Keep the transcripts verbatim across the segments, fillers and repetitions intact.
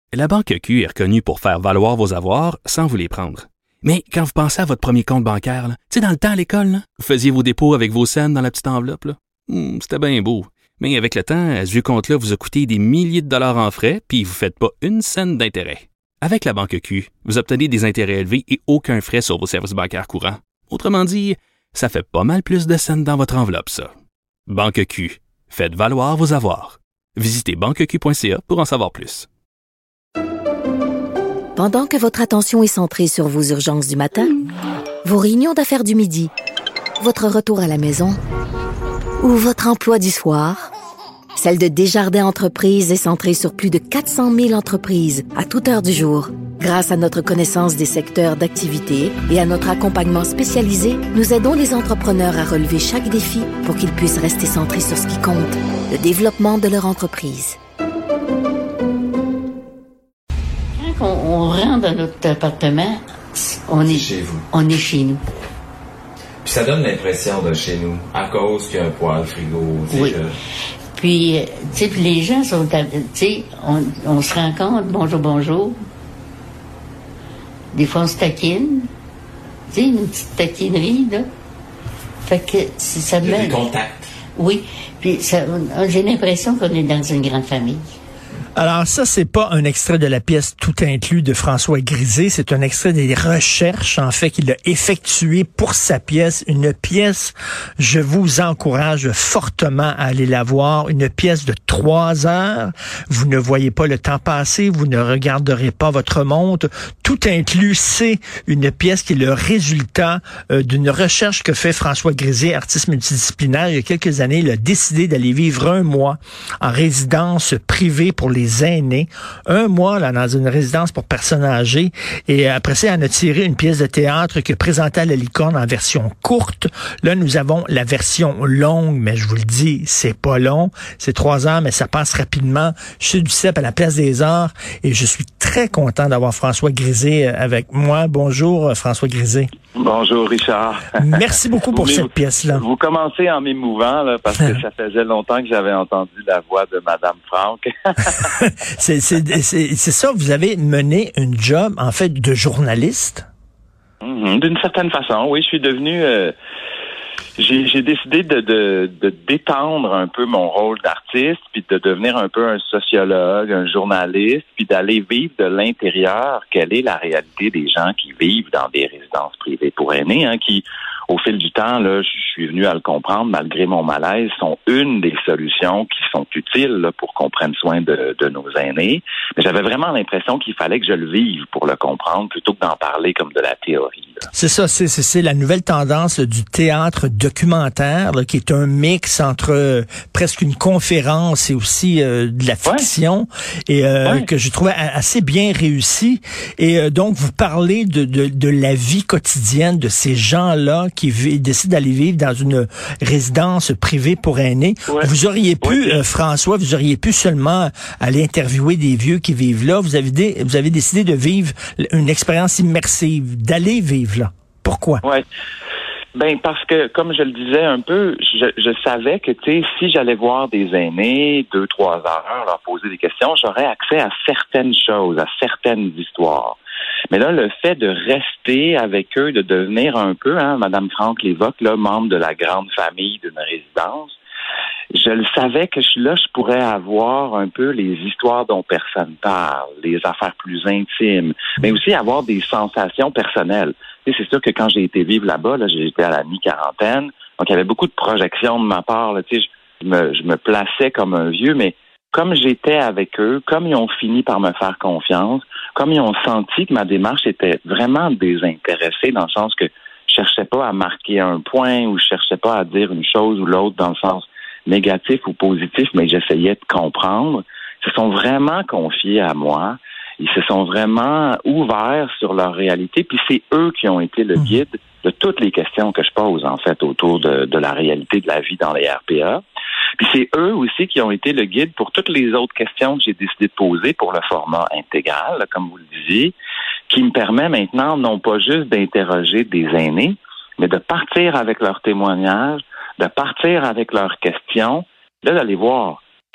La Banque Q est reconnue pour faire valoir vos avoirs sans vous les prendre. Mais quand vous pensez à votre premier compte bancaire, tu sais, dans le temps à l'école, là, vous faisiez vos dépôts avec vos scènes dans la petite enveloppe. Là. Hum, c'était bien beau. Mais avec le temps, ce vieux compte-là vous a coûté des milliers de dollars en frais, puis vous ne faites pas une scène d'intérêt. Avec la Banque Q, vous obtenez des intérêts élevés et aucun frais sur vos services bancaires courants. Autrement dit, ça fait pas mal plus de scènes dans votre enveloppe, ça. Banque Q. Faites valoir vos avoirs. Visitez banque q point c a pour en savoir plus. Pendant que votre attention est centrée sur vos urgences du matin, vos réunions d'affaires du midi, votre retour à la maison ou votre emploi du soir, celle de Desjardins Entreprises est centrée sur plus de quatre cent mille entreprises à toute heure du jour. Grâce à notre connaissance des secteurs d'activité et à notre accompagnement spécialisé, nous aidons les entrepreneurs à relever chaque défi pour qu'ils puissent rester centrés sur ce qui compte, le développement de leur entreprise. Quand on rentre dans notre appartement, on est, chez vous. On est chez nous. Puis ça donne l'impression de chez nous, à cause qu'il y a un poêle frigo. Oui. Je... Puis, tu sais, les gens sont, tu sais, on, on se rencontre, bonjour, bonjour. Des fois, on se taquine. Tu sais, une petite taquinerie, là. Fait que ça me... Des contacts. Oui. Puis ça, j'ai l'impression qu'on est dans une grande famille. Alors ça, c'est pas un extrait de la pièce Tout inclus de François Grisé, c'est un extrait des recherches, en fait, qu'il a effectuées pour sa pièce. Une pièce, je vous encourage fortement à aller la voir, une pièce de trois heures. Vous ne voyez pas le temps passer, vous ne regarderez pas votre montre. Tout inclus, c'est une pièce qui est le résultat euh, d'une recherche que fait François Grisé, artiste multidisciplinaire. Il y a quelques années, il a décidé d'aller vivre un mois en résidence privée pour les aînés, un mois là dans une résidence pour personnes âgées, et après ça, on a tiré une pièce de théâtre que présentait à la Licorne en version courte. Là, nous avons la version longue, mais je vous le dis, c'est pas long, c'est trois heures, mais ça passe rapidement chez du C E P à la Place des Arts, et je suis très content d'avoir François Grisé avec moi. Bonjour, François Grisé. Bonjour, Richard. Merci beaucoup pour cette pièce-là. Vous commencez en m'émouvant, là, parce que ça faisait longtemps que j'avais entendu la voix de Madame Franck. c'est, c'est, c'est, c'est ça, vous avez mené une job, en fait, de journaliste? Mm-hmm. D'une certaine façon, oui, je suis devenu... Euh, j'ai, j'ai décidé de, de, de détendre un peu mon rôle d'artiste, puis de devenir un peu un sociologue, un journaliste, puis d'aller vivre de l'intérieur quelle est la réalité des gens qui vivent dans des résidences privées pour aînés, hein, qui, au fil du temps, là, je suis venu à le comprendre, malgré mon malaise, sont une des solutions qui sont utiles là, pour qu'on prenne soin de, de nos aînés. Mais j'avais vraiment l'impression qu'il fallait que je le vive pour le comprendre, plutôt que d'en parler comme de la théorie. Là. C'est ça, c'est, c'est, c'est la nouvelle tendance là, du théâtre documentaire, là, qui est un mix entre euh, presque une conférence et aussi euh, de la fiction, ouais. et euh, ouais. que je trouvais assez bien réussi. Et euh, donc, vous parlez de, de, de la vie quotidienne de ces gens-là qui v- décident d'aller vivre dans une résidence privée pour aînés. Ouais. Vous auriez pu, ouais. euh, François, vous auriez pu seulement aller interviewer des vieux qui vivent là. Vous avez, dé- vous avez décidé de vivre une expérience immersive, d'aller vivre là. Pourquoi? Ouais. Ben parce que, comme je le disais un peu, je, je savais que, tu sais, si j'allais voir des aînés deux, trois heures, leur poser des questions, j'aurais accès à certaines choses, à certaines histoires. Mais là, le fait de rester avec eux, de devenir un peu, hein, Madame Franck l'évoque, là, membre de la grande famille d'une résidence, je le savais que je, là, je pourrais avoir un peu les histoires dont personne parle, les affaires plus intimes, mais aussi avoir des sensations personnelles. Tu sais, c'est sûr que quand j'ai été vivre là-bas, là, j'étais à la mi-quarantaine, donc il y avait beaucoup de projections de ma part. Là, tu sais, je, je, me, je me plaçais comme un vieux, mais comme j'étais avec eux, comme ils ont fini par me faire confiance, comme ils ont senti que ma démarche était vraiment désintéressée, dans le sens que je cherchais pas à marquer un point ou je cherchais pas à dire une chose ou l'autre dans le sens négatif ou positif, mais j'essayais de comprendre. Ils se sont vraiment confiés à moi. Ils se sont vraiment ouverts sur leur réalité. Puis c'est eux qui ont été le guide de toutes les questions que je pose, en fait, autour de, de la réalité de la vie dans les R P A. Puis c'est eux aussi qui ont été le guide pour toutes les autres questions que j'ai décidé de poser pour le format intégral, comme vous le disiez, qui me permet maintenant non pas juste d'interroger des aînés, mais de partir avec leurs témoignages, de partir avec leurs questions, là, d'aller voir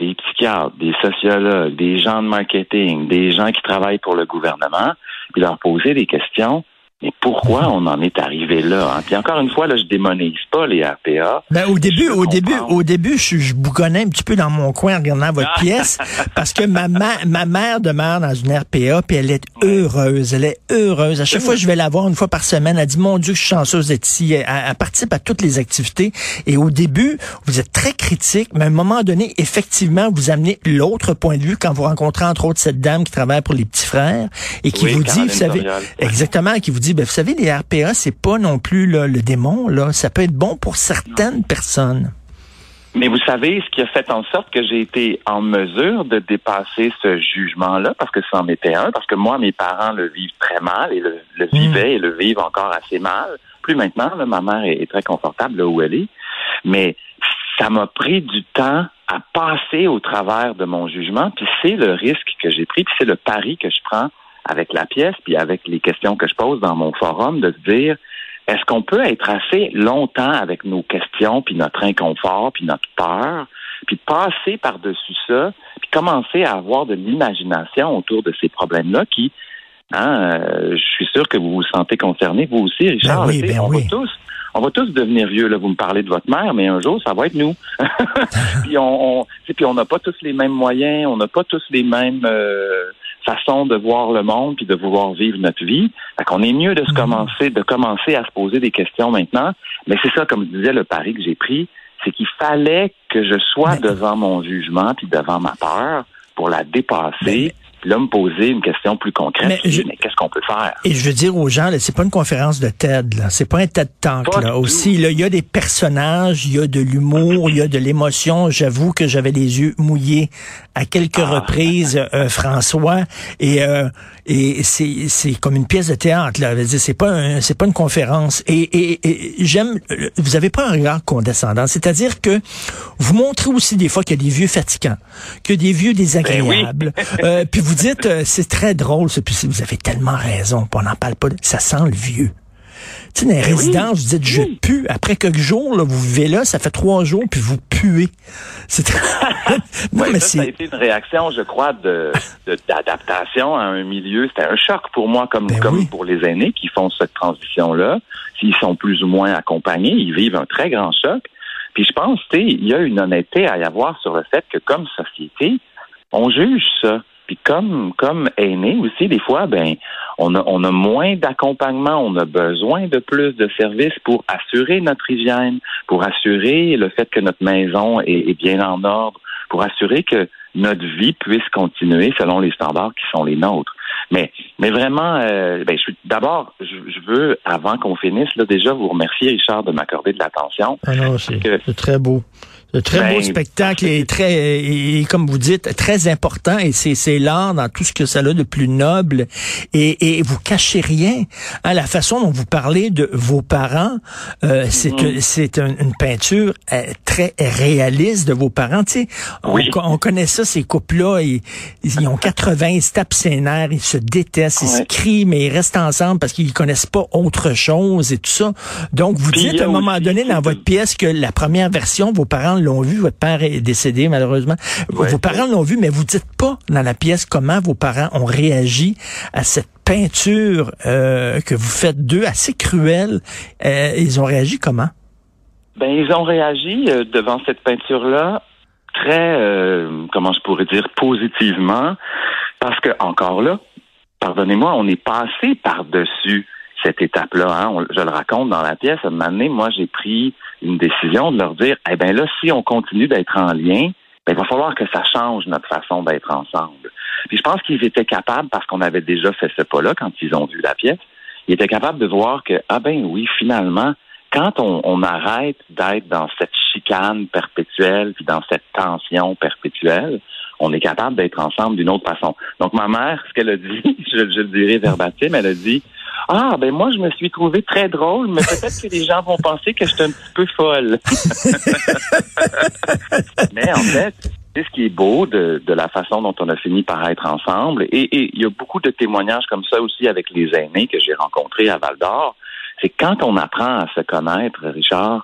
des psychiatres, des sociologues, des gens de marketing, des gens qui travaillent pour le gouvernement, puis leur poser des questions. Mais pourquoi on en est arrivé là? Hein? Puis encore une fois, là, je démonise pas les R P A. Ben, au début, au début, au début, je, je bougonnais un petit peu dans mon coin en regardant votre pièce, parce que ma, ma, ma mère demeure dans une R P A, puis elle est heureuse. Elle est heureuse. À chaque fois que je vais la voir une fois par semaine, elle dit, mon Dieu, je suis chanceuse d'être ici. Elle, elle participe à toutes les activités. Et au début, vous êtes très critique, mais à un moment donné, effectivement, vous amenez l'autre point de vue quand vous rencontrez, entre autres, cette dame qui travaille pour les petits frères et qui oui, vous dit, vous savez, Soriol. exactement, qui vous dit, ben, vous savez, les R P A, c'est pas non plus là, le démon, là. Ça peut être bon pour certaines non. personnes. Mais vous savez, ce qui a fait en sorte que j'ai été en mesure de dépasser ce jugement-là, parce que c'en était un, parce que moi, mes parents le vivent très mal et le, le vivaient mmh. et le vivent encore assez mal. Plus maintenant, là, ma mère est, est très confortable là où elle est. Mais ça m'a pris du temps à passer au travers de mon jugement, puis c'est le risque que j'ai pris, puis c'est le pari que je prends avec la pièce, puis avec les questions que je pose dans mon forum, de se dire, est-ce qu'on peut être assez longtemps avec nos questions, puis notre inconfort, puis notre peur, puis passer par-dessus ça, puis commencer à avoir de l'imagination autour de ces problèmes-là qui, hein, euh, je suis sûr que vous vous sentez concerné, vous aussi, Richard. Ben oui, ben on oui. va tous, on va tous devenir vieux, là. Vous me parlez de votre mère, mais un jour, ça va être nous. puis on, on puis on n'a pas tous les mêmes moyens, on n'a pas tous les mêmes euh, façon de voir le monde puis de vouloir vivre notre vie. Fait qu'on est mieux de se commencer, de commencer à se poser des questions maintenant. Mais c'est ça, comme je disais, le pari que j'ai pris, c'est qu'il fallait que je sois mais... devant mon jugement puis devant ma peur pour la dépasser. Mais... Puis là, me poser une question plus concrète. Mais, je... mais qu'est-ce qu'on peut faire? Et je veux dire aux gens, là, c'est pas une conférence de TED, là. C'est pas un TED Talk, pas là. Aussi, là, il y a des personnages, il y a de l'humour, il y a de l'émotion. J'avoue que j'avais les yeux mouillés à quelques ah. reprises, euh, François. Et, euh, et c'est, c'est comme une pièce de théâtre, là. C'est pas un, c'est pas une conférence. Et, et, et j'aime, vous avez pas un regard condescendant. C'est-à-dire que vous montrez aussi des fois qu'il y a des vieux fatigants, qu'il y a des vieux désagréables. Ben oui. euh, puis vous Vous dites, euh, c'est très drôle, ça, puis vous avez tellement raison, puis on n'en parle pas, ça sent le vieux. Tu sais, dans les ben résidences, oui. vous dites, je oui. pue. Après quelques jours, là, vous vivez là, ça fait trois jours, puis vous puez. C'est très... non, oui, mais ça, c'est... ça a été une réaction, je crois, de, de, d'adaptation à un milieu. C'était un choc pour moi, comme, ben comme oui. pour les aînés qui font cette transition-là. S'ils sont plus ou moins accompagnés, ils vivent un très grand choc. Puis je pense, tu sais, il y a une honnêteté à y avoir sur le fait que, comme société, on juge ça. Puis comme comme aîné aussi, des fois, ben on a on a moins d'accompagnement, on a besoin de plus de services pour assurer notre hygiène, pour assurer le fait que notre maison est, est bien en ordre, pour assurer que notre vie puisse continuer selon les standards qui sont les nôtres. Mais mais vraiment, euh, ben je suis d'abord, je, je veux avant qu'on finisse là déjà vous remercier, Richard, de m'accorder de l'attention. Ah non, c'est, que, c'est très beau. Un très ben, beau spectacle et très, et, comme vous dites, très important, et c'est, c'est l'art dans tout ce que ça a de plus noble, et, et vous cachez rien. Hein, la façon dont vous parlez de vos parents, euh, c'est, mm-hmm. c'est un, une peinture euh, très réaliste de vos parents. Tu sais, on, oui. on connaît ça, ces couples-là, ils, ils ont quatre-vingts, ils se tapent ses nerfs, ils se détestent, ils ouais. se crient, mais ils restent ensemble parce qu'ils connaissent pas autre chose et tout ça. Donc, vous Puis dites à un moment aussi, donné dans votre pièce que la première version, vos parents l'ont vu, votre père est décédé malheureusement. Ouais, vos parents ouais. l'ont vu, mais vous dites pas dans la pièce comment vos parents ont réagi à cette peinture euh, que vous faites d'eux, assez cruelle. Euh, ils ont réagi comment? Ben ils ont réagi euh, devant cette peinture-là très, euh, comment je pourrais dire, positivement, parce que encore là, pardonnez-moi, on est passé par-dessus cette étape-là. Hein. On, je le raconte dans la pièce. À un moment donné, moi, j'ai pris une décision de leur dire, eh bien là, si on continue d'être en lien, ben, il va falloir que ça change notre façon d'être ensemble. Puis je pense qu'ils étaient capables, parce qu'on avait déjà fait ce pas-là quand ils ont vu la pièce, ils étaient capables de voir que, ah ben oui, finalement, quand on, on arrête d'être dans cette chicane perpétuelle, puis dans cette tension perpétuelle, on est capable d'être ensemble d'une autre façon. Donc ma mère, ce qu'elle a dit, je, je le dirai verbatim, elle a dit, ah, ben moi, je me suis trouvée très drôle, mais peut-être que les gens vont penser que je suis un petit peu folle. Mais en fait, c'est ce qui est beau de, de la façon dont on a fini par être ensemble. Et il y a beaucoup de témoignages comme ça aussi avec les aînés que j'ai rencontrés à Val-d'Or. C'est quand on apprend à se connaître, Richard,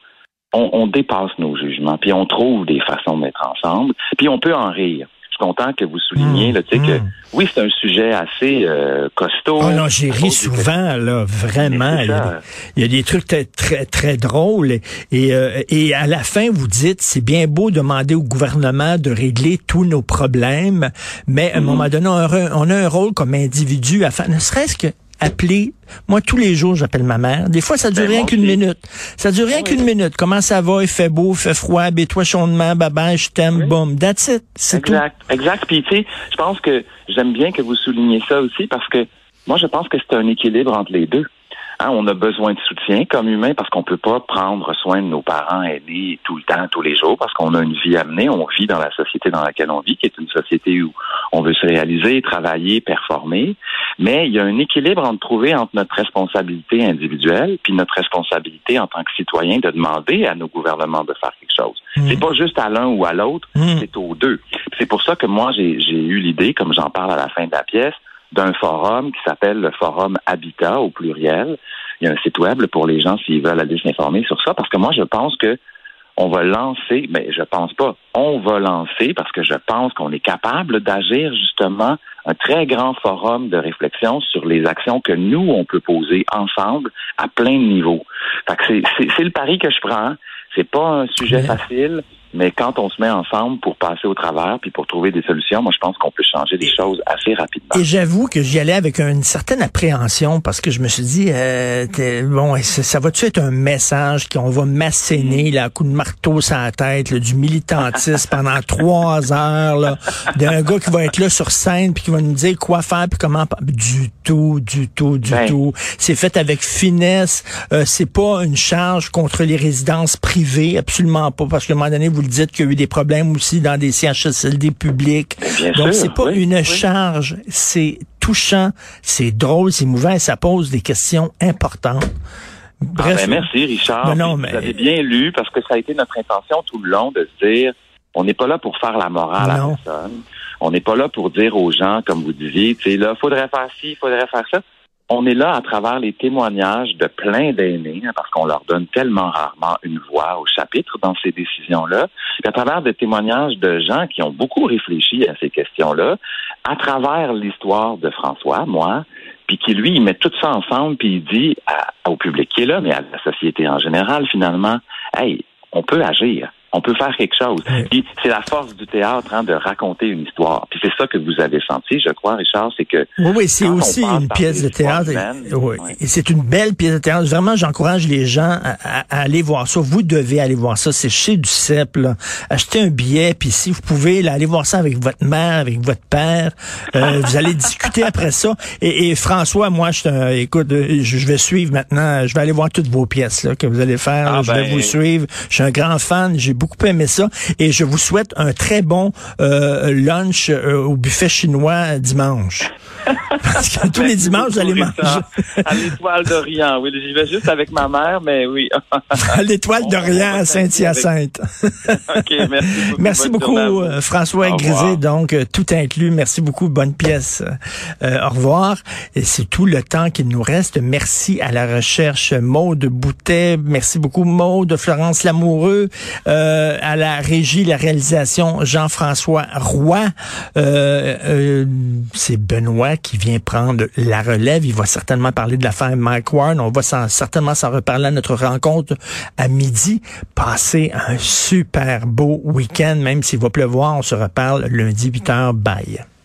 on, on dépasse nos jugements, puis on trouve des façons de mettre ensemble, puis on peut en rire. Je suis content que vous souligniez, mmh, là, tu sais, mmh. que oui, c'est un sujet assez euh, costaud. Oh non, j'ai ri souvent, là, vraiment. Il y, a des, il y a des trucs très, très, très drôles. Et, et, euh, et à la fin, vous dites, c'est bien beau demander au gouvernement de régler tous nos problèmes, mais à un mmh. moment donné, on a, on a un rôle comme individu à faire, ne serait-ce que appeler. Moi, tous les jours, j'appelle ma mère. Des fois, ça dure ben, rien qu'une minute. Ça dure rien oui. qu'une minute. Comment ça va? Il fait beau, il fait froid, baie-toi chaudement, bye-bye, je t'aime, oui. boum. That's it. C'est exact, tout. Exact. Puis, tu sais, je pense que j'aime bien que vous souligniez ça aussi parce que moi, je pense que c'est un équilibre entre les deux. Hein, on a besoin de soutien comme humain parce qu'on peut pas prendre soin de nos parents aînés tout le temps, tous les jours, parce qu'on a une vie à mener. On vit dans la société dans laquelle on vit, qui est une société où on veut se réaliser, travailler, performer. Mais il y a un équilibre à trouver entre notre responsabilité individuelle puis notre responsabilité en tant que citoyen de demander à nos gouvernements de faire quelque chose. Mmh. C'est pas juste à l'un ou à l'autre, mmh. c'est aux deux. C'est pour ça que moi, j'ai, j'ai eu l'idée, comme j'en parle à la fin de la pièce, d'un forum qui s'appelle le Forum Habitat au pluriel. Il y a un site web pour les gens s'ils veulent aller s'informer sur ça, parce que moi, je pense que on va lancer, mais je pense pas, on va lancer, parce que je pense qu'on est capable d'agir justement un très grand forum de réflexion sur les actions que nous, on peut poser ensemble à plein de niveaux. Fait que c'est, c'est, c'est le pari que je prends. C'est pas un sujet facile, mais quand on se met ensemble pour passer au travers puis pour trouver des solutions, moi, je pense qu'on peut changer des choses assez rapidement. Et j'avoue que j'y allais avec une certaine appréhension parce que je me suis dit, euh, bon, ça, ça va-tu être un message qu'on va m'asséner, là, à coup de marteau sur la tête, là, du militantisme pendant trois heures, là, d'un gars qui va être là sur scène puis qui va nous dire quoi faire puis comment... Du tout, du tout, du ben. tout. C'est fait avec finesse. Euh, c'est pas une charge contre les résidences privées, absolument pas, parce qu'à un moment donné, vous le dites qu'il y a eu des problèmes aussi dans des C H S L D publics. Bien Donc, sûr, c'est pas oui, une oui. charge. C'est touchant, c'est drôle, c'est émouvant et ça pose des questions importantes. Bref. Ah ben merci, Richard. Ben non, mais... Vous avez bien lu parce que ça a été notre intention tout le long de se dire, on n'est pas là pour faire la morale non. à personne. On n'est pas là pour dire aux gens, comme vous disiez, tu sais, là, faudrait faire ci, faudrait faire ça. On est là à travers les témoignages de plein d'aînés, hein, parce qu'on leur donne tellement rarement une voix au chapitre dans ces décisions-là, et à travers des témoignages de gens qui ont beaucoup réfléchi à ces questions-là, à travers l'histoire de François, moi, puis qui, lui, il met tout ça ensemble, puis il dit à, au public qui est là, mais à la société en général, finalement, hey, on peut agir. On peut faire quelque chose. Oui. Puis c'est la force du théâtre, hein, de raconter une histoire. Puis c'est ça que vous avez senti, je crois, Richard, c'est que... Oui, oui, c'est aussi une pièce de théâtre. Humaines, oui. Oui. Et c'est une belle pièce de théâtre. Vraiment, j'encourage les gens à, à, à aller voir ça. Vous devez aller voir ça. C'est chez du C E P, là. Achetez un billet, puis si vous pouvez, là, aller voir ça avec votre mère, avec votre père. Euh, vous allez discuter après ça. Et, et François, moi, je un, écoute, je, je vais suivre maintenant. Je vais aller voir toutes vos pièces là, que vous allez faire. Ah, là, je ben... vais vous suivre. Je suis un grand fan. J'ai beaucoup aimé ça et je vous souhaite un très bon euh, lunch euh, au buffet chinois dimanche. Parce que tous les dimanches, vous allez manger. À l'Étoile d'Orient, oui. J'y vais juste avec ma mère, mais oui. À l'Étoile d'Orient à Saint-Hyacinthe. OK, merci beaucoup. Merci beaucoup, euh, François Grisé, donc euh, tout inclus. Merci beaucoup, bonne pièce. Euh, au revoir. Et c'est tout le temps qu'il nous reste. Merci à la recherche Maude Boutet. Merci beaucoup, Maude. Florence Lamoureux. Euh, à la régie, la réalisation, Jean-François Roy. Euh, euh, c'est Benoît qui vient prendre la relève. Il va certainement parler de l'affaire Mike Ward. On va s'en, certainement s'en reparler à notre rencontre à midi. Passez un super beau week-end, même s'il va pleuvoir. On se reparle lundi huit heures. Bye.